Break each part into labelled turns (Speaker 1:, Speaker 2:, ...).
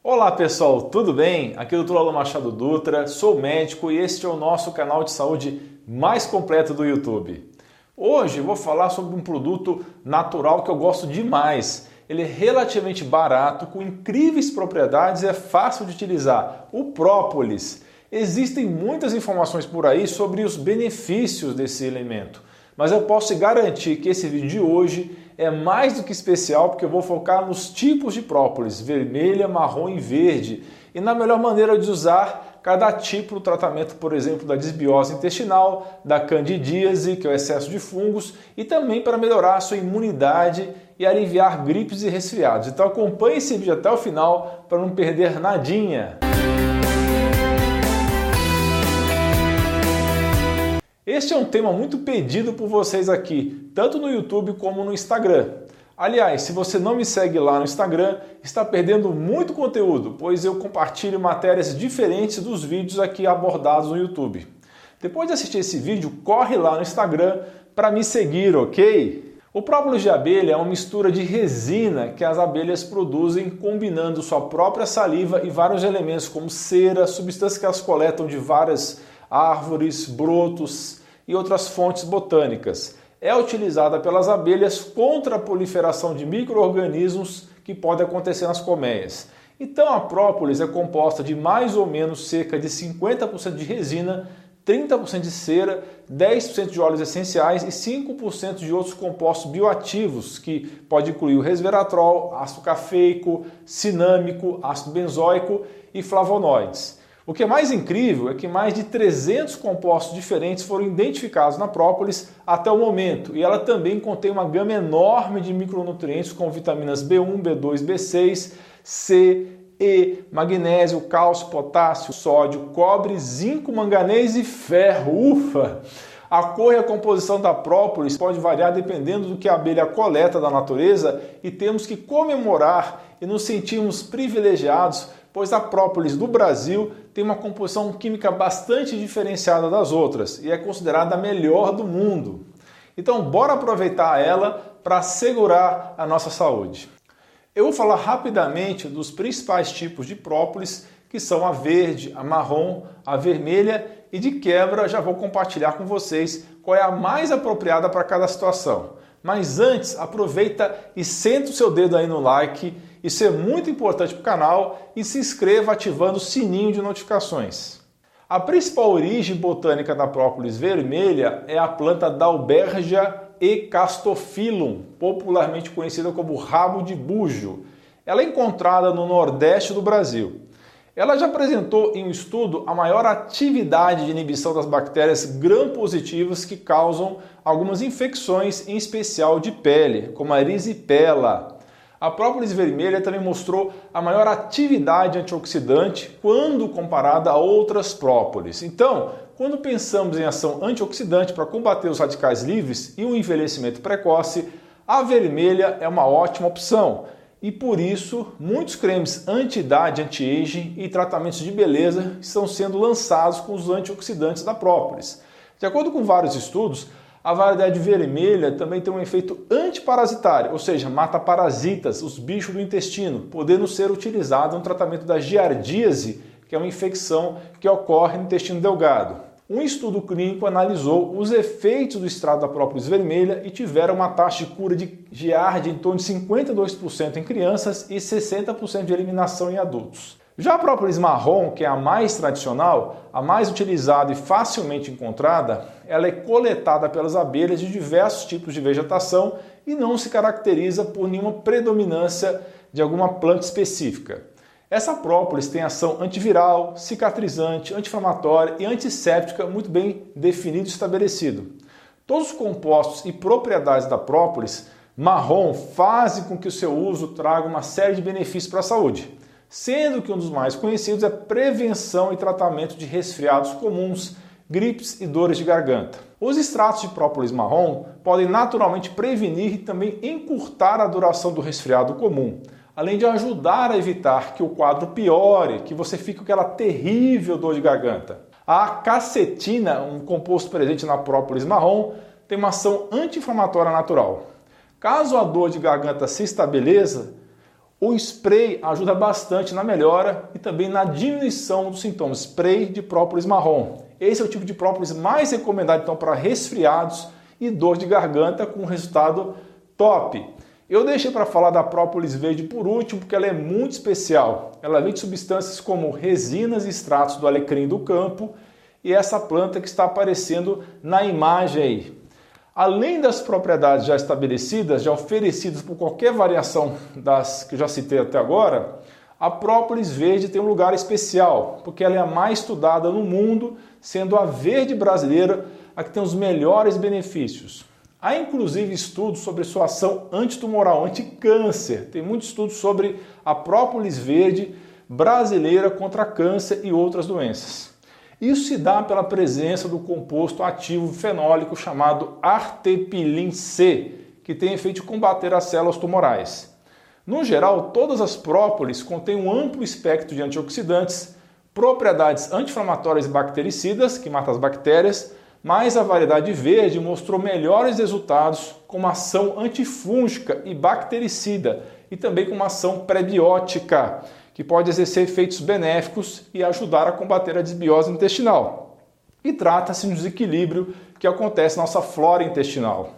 Speaker 1: Olá pessoal, tudo bem? Aqui é o Dr. Alan Machado Dutra, sou médico e este é o nosso canal de saúde mais completo do YouTube. Hoje eu vou falar sobre um produto natural que eu gosto demais. Ele é relativamente barato, com incríveis propriedades e é fácil de utilizar. O própolis. Existem muitas informações por aí sobre os benefícios desse elemento, mas eu posso te garantir que esse vídeo de hoje é mais do que especial porque eu vou focar nos tipos de própolis, vermelha, marrom e verde, e na melhor maneira de usar cada tipo no tratamento, por exemplo, da desbiose intestinal, da candidíase, que é o excesso de fungos, e também para melhorar a sua imunidade e aliviar gripes e resfriados. Então acompanhe esse vídeo até o final para não perder nadinha. Este é um tema muito pedido por vocês aqui, tanto no YouTube como no Instagram. Aliás, se você não me segue lá no Instagram, está perdendo muito conteúdo, pois eu compartilho matérias diferentes dos vídeos aqui abordados no YouTube. Depois de assistir esse vídeo, corre lá no Instagram para me seguir, ok? O própolis de abelha é uma mistura de resina que as abelhas produzem combinando sua própria saliva e vários elementos como cera, substâncias que elas coletam de várias árvores, brotos e outras fontes botânicas. É utilizada pelas abelhas contra a proliferação de micro-organismos que pode acontecer nas colmeias. Então a própolis é composta de mais ou menos cerca de 50% de resina, 30% de cera, 10% de óleos essenciais e 5% de outros compostos bioativos, que pode incluir o resveratrol, ácido cafeico, cinâmico, ácido benzoico e flavonoides. O que é mais incrível é que mais de 300 compostos diferentes foram identificados na própolis até o momento, e ela também contém uma gama enorme de micronutrientes como vitaminas B1, B2, B6, C, E, magnésio, cálcio, potássio, sódio, cobre, zinco, manganês e ferro. Ufa! A cor e a composição da própolis pode variar dependendo do que a abelha coleta da natureza, e temos que comemorar e nos sentirmos privilegiados, pois a própolis do Brasil tem uma composição química bastante diferenciada das outras e é considerada a melhor do mundo. Então bora aproveitar ela para assegurar a nossa saúde. Eu vou falar rapidamente dos principais tipos de própolis, que são a verde, a marrom, a vermelha, e de quebra já vou compartilhar com vocês qual é a mais apropriada para cada situação. Mas antes, aproveita e senta o seu dedo aí no like, isso é muito importante para o canal, e se inscreva ativando o sininho de notificações. A principal origem botânica da própolis vermelha é a planta Dalbergia ecastophyllum, popularmente conhecida como rabo de bujo. Ela é encontrada no nordeste do Brasil. Ela já apresentou em um estudo a maior atividade de inibição das bactérias gram-positivas que causam algumas infecções, em especial de pele, como a erisipela. A própolis vermelha também mostrou a maior atividade antioxidante quando comparada a outras própolis. Então, quando pensamos em ação antioxidante para combater os radicais livres e o envelhecimento precoce, a vermelha é uma ótima opção. E por isso, muitos cremes anti-idade, anti-aging e tratamentos de beleza estão sendo lançados com os antioxidantes da própolis. De acordo com vários estudos, a variedade vermelha também tem um efeito antiparasitário, ou seja, mata parasitas, os bichos do intestino, podendo ser utilizado no tratamento da giardíase, que é uma infecção que ocorre no intestino delgado. Um estudo clínico analisou os efeitos do extrato da própolis vermelha e tiveram uma taxa de cura de giardia em torno de 52% em crianças e 60% de eliminação em adultos. Já a própolis marrom, que é a mais tradicional, a mais utilizada e facilmente encontrada, ela é coletada pelas abelhas de diversos tipos de vegetação e não se caracteriza por nenhuma predominância de alguma planta específica. Essa própolis tem ação antiviral, cicatrizante, anti-inflamatória e antisséptica muito bem definido e estabelecido. Todos os compostos e propriedades da própolis marrom fazem com que o seu uso traga uma série de benefícios para a saúde, sendo que um dos mais conhecidos é prevenção e tratamento de resfriados comuns, gripes e dores de garganta. Os extratos de própolis marrom podem naturalmente prevenir e também encurtar a duração do resfriado comum, além de ajudar a evitar que o quadro piore, que você fique com aquela terrível dor de garganta. A casetina, um composto presente na própolis marrom, tem uma ação anti-inflamatória natural. Caso a dor de garganta se estabeleça, O spray ajuda bastante na melhora e também na diminuição dos sintomas. Spray de própolis marrom. Esse é o tipo de própolis mais recomendado então para resfriados e dor de garganta com resultado top. Eu deixei para falar da própolis verde por último porque ela é muito especial. Ela vem de substâncias como resinas e extratos do alecrim do campo e essa planta que está aparecendo na imagem aí. Além das propriedades já estabelecidas, já oferecidas por qualquer variação das que eu já citei até agora, a própolis verde tem um lugar especial, porque ela é a mais estudada no mundo, sendo a verde brasileira a que tem os melhores benefícios. Há inclusive estudos sobre sua ação antitumoral, anticâncer. Tem muitos estudos sobre a própolis verde brasileira contra câncer e outras doenças. Isso se dá pela presença do composto ativo fenólico chamado artepilin C, que tem efeito de combater as células tumorais. No geral, todas as própolis contêm um amplo espectro de antioxidantes, propriedades anti-inflamatórias e bactericidas, que matam as bactérias, mas a variedade verde mostrou melhores resultados com uma ação antifúngica e bactericida e também com uma ação prebiótica, que pode exercer efeitos benéficos e ajudar a combater a desbiose intestinal. E trata-se de um desequilíbrio que acontece na nossa flora intestinal.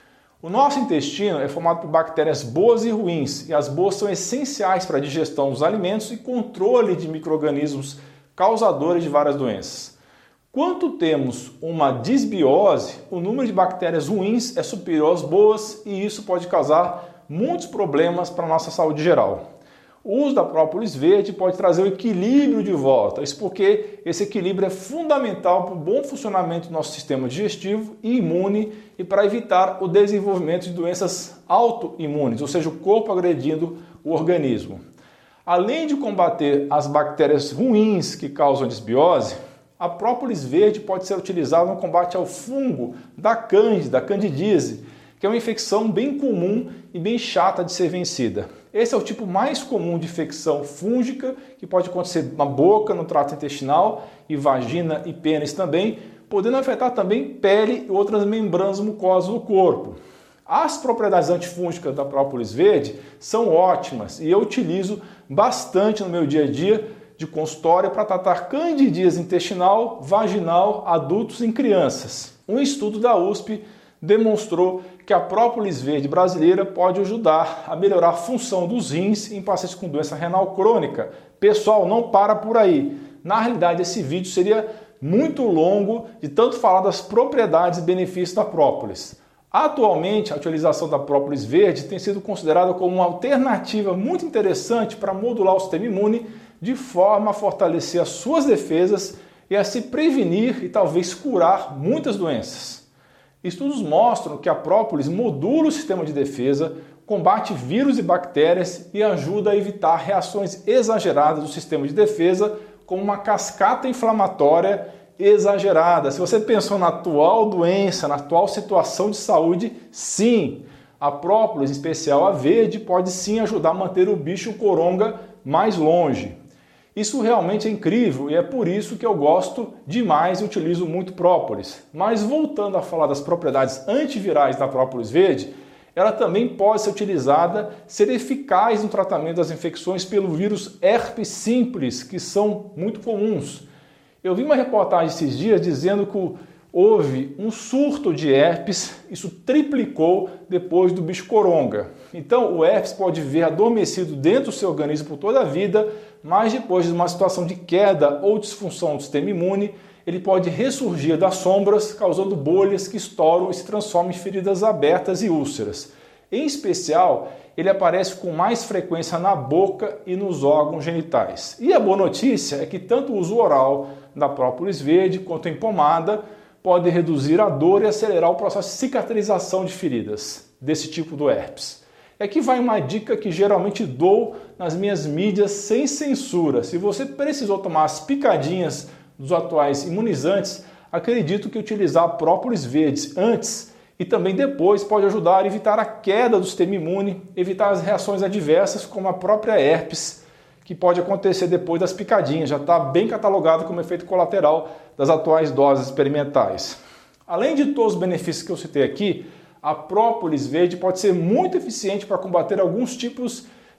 Speaker 1: O nosso intestino é formado por bactérias boas e ruins, e as boas são essenciais para a digestão dos alimentos e controle de micro-organismos causadores de várias doenças. Quando temos uma disbiose, o número de bactérias ruins é superior às boas e isso pode causar muitos problemas para a nossa saúde geral. O uso da própolis verde pode trazer o equilíbrio de volta, isso porque esse equilíbrio é fundamental para o bom funcionamento do nosso sistema digestivo e imune e para evitar o desenvolvimento de doenças autoimunes, ou seja, o corpo agredindo o organismo. Além de combater as bactérias ruins que causam disbiose, a própolis verde pode ser utilizada no combate ao fungo da Cândida, a candidíase, que é uma infecção bem comum e bem chata de ser vencida. Esse é o tipo mais comum de infecção fúngica, que pode acontecer na boca, no trato intestinal, e vagina e pênis também, podendo afetar também pele e outras membranas mucosas do corpo. As propriedades antifúngicas da própolis verde são ótimas e eu utilizo bastante no meu dia a dia de consultório para tratar candidíase intestinal, vaginal, adultos e em crianças. Um estudo da USP demonstrou que a própolis verde brasileira pode ajudar a melhorar a função dos rins em pacientes com doença renal crônica. Pessoal, não para por aí. Na realidade, esse vídeo seria muito longo de tanto falar das propriedades e benefícios da própolis. Atualmente, a utilização da própolis verde tem sido considerada como uma alternativa muito interessante para modular o sistema imune de forma a fortalecer as suas defesas e a se prevenir e talvez curar muitas doenças. Estudos mostram que a própolis modula o sistema de defesa, combate vírus e bactérias e ajuda a evitar reações exageradas do sistema de defesa, como uma cascata inflamatória exagerada. Se você pensou na atual doença, na atual situação de saúde, sim, a própolis, em especial a verde, pode sim ajudar a manter o bicho coronga mais longe. Isso realmente é incrível e é por isso que eu gosto demais e utilizo muito própolis. Mas voltando a falar das propriedades antivirais da própolis verde, ela também pode ser utilizada, ser eficaz no tratamento das infecções pelo vírus herpes simples, que são muito comuns. Eu vi uma reportagem esses dias dizendo que houve um surto de herpes, isso triplicou depois do bicho coronga. Então o herpes pode vir adormecido dentro do seu organismo por toda a vida, mas depois de uma situação de queda ou disfunção do sistema imune, ele pode ressurgir das sombras, causando bolhas que estouram e se transformam em feridas abertas e úlceras. Em especial, ele aparece com mais frequência na boca e nos órgãos genitais. E a boa notícia é que tanto o uso oral da própolis verde quanto em pomada pode reduzir a dor e acelerar o processo de cicatrização de feridas desse tipo do herpes. E aqui vai uma dica que geralmente dou nas minhas mídias sem censura. Se você precisou tomar as picadinhas dos atuais imunizantes, acredito que utilizar própolis verdes antes e também depois pode ajudar a evitar a queda do sistema imune, evitar as reações adversas como a própria herpes, que pode acontecer depois das picadinhas, já está bem catalogado como efeito colateral das atuais doses experimentais. Além de todos os benefícios que eu citei aqui, a própolis verde pode ser muito eficiente para combater alguns tipos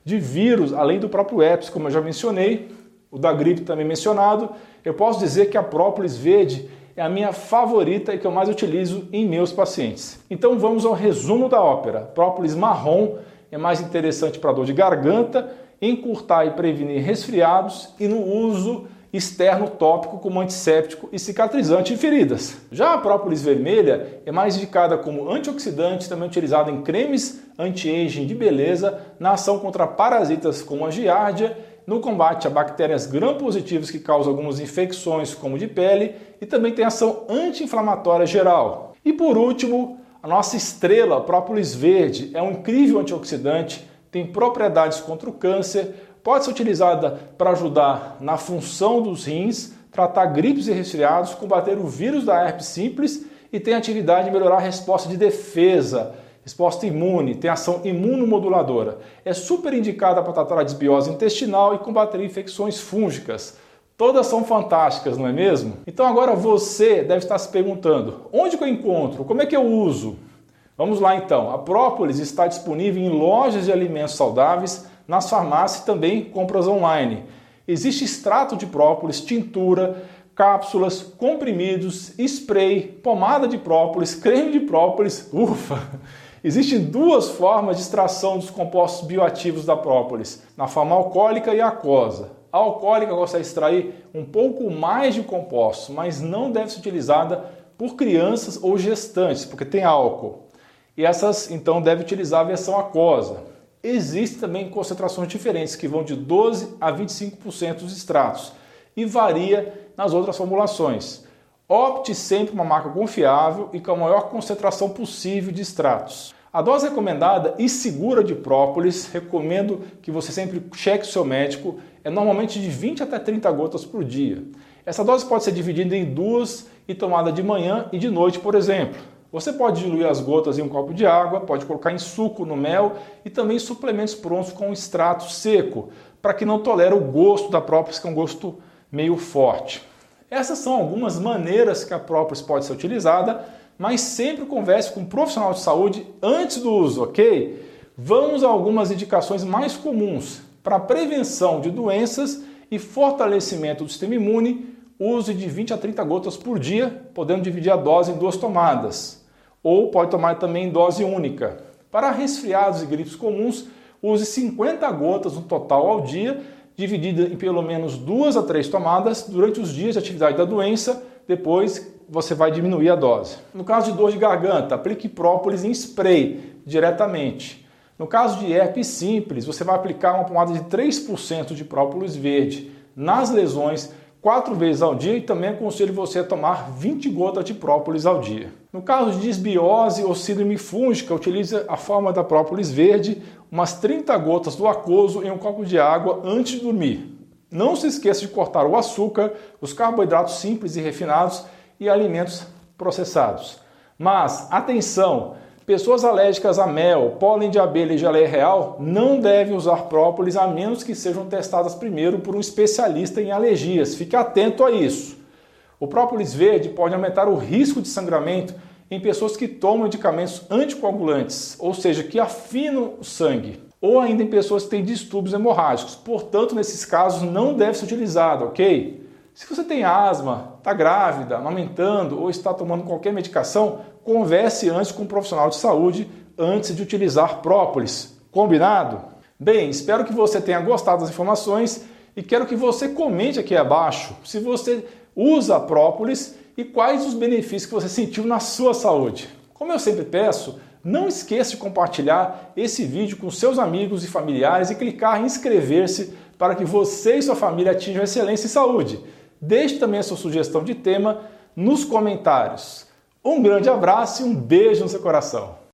Speaker 1: de vírus, além do próprio herpes, como eu já mencionei, o da gripe também mencionado. Eu posso dizer que a própolis verde é a minha favorita e que eu mais utilizo em meus pacientes. Então vamos ao resumo da ópera. Própolis marrom é mais interessante para dor de garganta, encurtar e prevenir resfriados e no uso externo tópico como antisséptico e cicatrizante em feridas. Já a própolis vermelha é mais indicada como antioxidante, também utilizada em cremes anti-aging de beleza, na ação contra parasitas como a giardia, no combate a bactérias gram-positivas que causam algumas infecções como de pele e também tem ação anti-inflamatória geral. E por último, a nossa estrela, a própolis verde, é um incrível antioxidante, tem propriedades contra o câncer, pode ser utilizada para ajudar na função dos rins, tratar gripes e resfriados, combater o vírus da herpes simples e tem atividade em melhorar a resposta de defesa, resposta imune, tem ação imunomoduladora. É super indicada para tratar a desbiose intestinal e combater infecções fúngicas. Todas são fantásticas, não é mesmo? Então agora você deve estar se perguntando, onde que eu encontro? Como é que eu uso? Vamos lá então. A própolis está disponível em lojas de alimentos saudáveis, nas farmácias e também compras online. Existe extrato de própolis, tintura, cápsulas, comprimidos, spray, pomada de própolis, creme de própolis, ufa! Existem duas formas de extração dos compostos bioativos da própolis, na forma alcoólica e aquosa. A alcoólica consegue extrair um pouco mais de compostos, mas não deve ser utilizada por crianças ou gestantes, porque tem álcool. E essas, então, devem utilizar a versão aquosa. Existem também concentrações diferentes, que vão de 12% a 25% dos extratos, e varia nas outras formulações. Opte sempre uma marca confiável e com a maior concentração possível de extratos. A dose recomendada e segura de própolis, recomendo que você sempre cheque o seu médico, é normalmente de 20 até 30 gotas por dia. Essa dose pode ser dividida em duas e tomada de manhã e de noite, por exemplo. Você pode diluir as gotas em um copo de água, pode colocar em suco, no mel e também suplementos prontos com extrato seco, para que não tolere o gosto da própolis, que é um gosto meio forte. Essas são algumas maneiras que a própolis pode ser utilizada, mas sempre converse com um profissional de saúde antes do uso, ok? Vamos a algumas indicações mais comuns para prevenção de doenças e fortalecimento do sistema imune. Use de 20 a 30 gotas por dia, podendo dividir a dose em 2 tomadas. Ou pode tomar também em dose única. Para resfriados e gripes comuns, use 50 gotas no total ao dia, dividida em pelo menos 2 a 3 tomadas durante os dias de atividade da doença, depois você vai diminuir a dose. No caso de dor de garganta, aplique própolis em spray diretamente. No caso de herpes simples, você vai aplicar uma pomada de 3% de própolis verde nas lesões 4 vezes ao dia e também aconselho você a tomar 20 gotas de própolis ao dia. No caso de desbiose ou síndrome fúngica, utilize a forma da própolis verde, umas 30 gotas do aquoso em um copo de água antes de dormir. Não se esqueça de cortar o açúcar, os carboidratos simples e refinados e alimentos processados. Mas, atenção! Pessoas alérgicas a mel, pólen de abelha e geleia real não devem usar própolis a menos que sejam testadas primeiro por um especialista em alergias. Fique atento a isso. O própolis verde pode aumentar o risco de sangramento em pessoas que tomam medicamentos anticoagulantes, ou seja, que afinam o sangue, ou ainda em pessoas que têm distúrbios hemorrágicos. Portanto, nesses casos não deve ser utilizado, ok? Se você tem asma, está grávida, amamentando ou está tomando qualquer medicação, converse antes com um profissional de saúde antes de utilizar própolis. Combinado? Bem, espero que você tenha gostado das informações e quero que você comente aqui abaixo se você usa a própolis e quais os benefícios que você sentiu na sua saúde. Como eu sempre peço, não esqueça de compartilhar esse vídeo com seus amigos e familiares e clicar em inscrever-se para que você e sua família atinjam excelência em saúde. Deixe também a sua sugestão de tema nos comentários. Um grande abraço e um beijo no seu coração.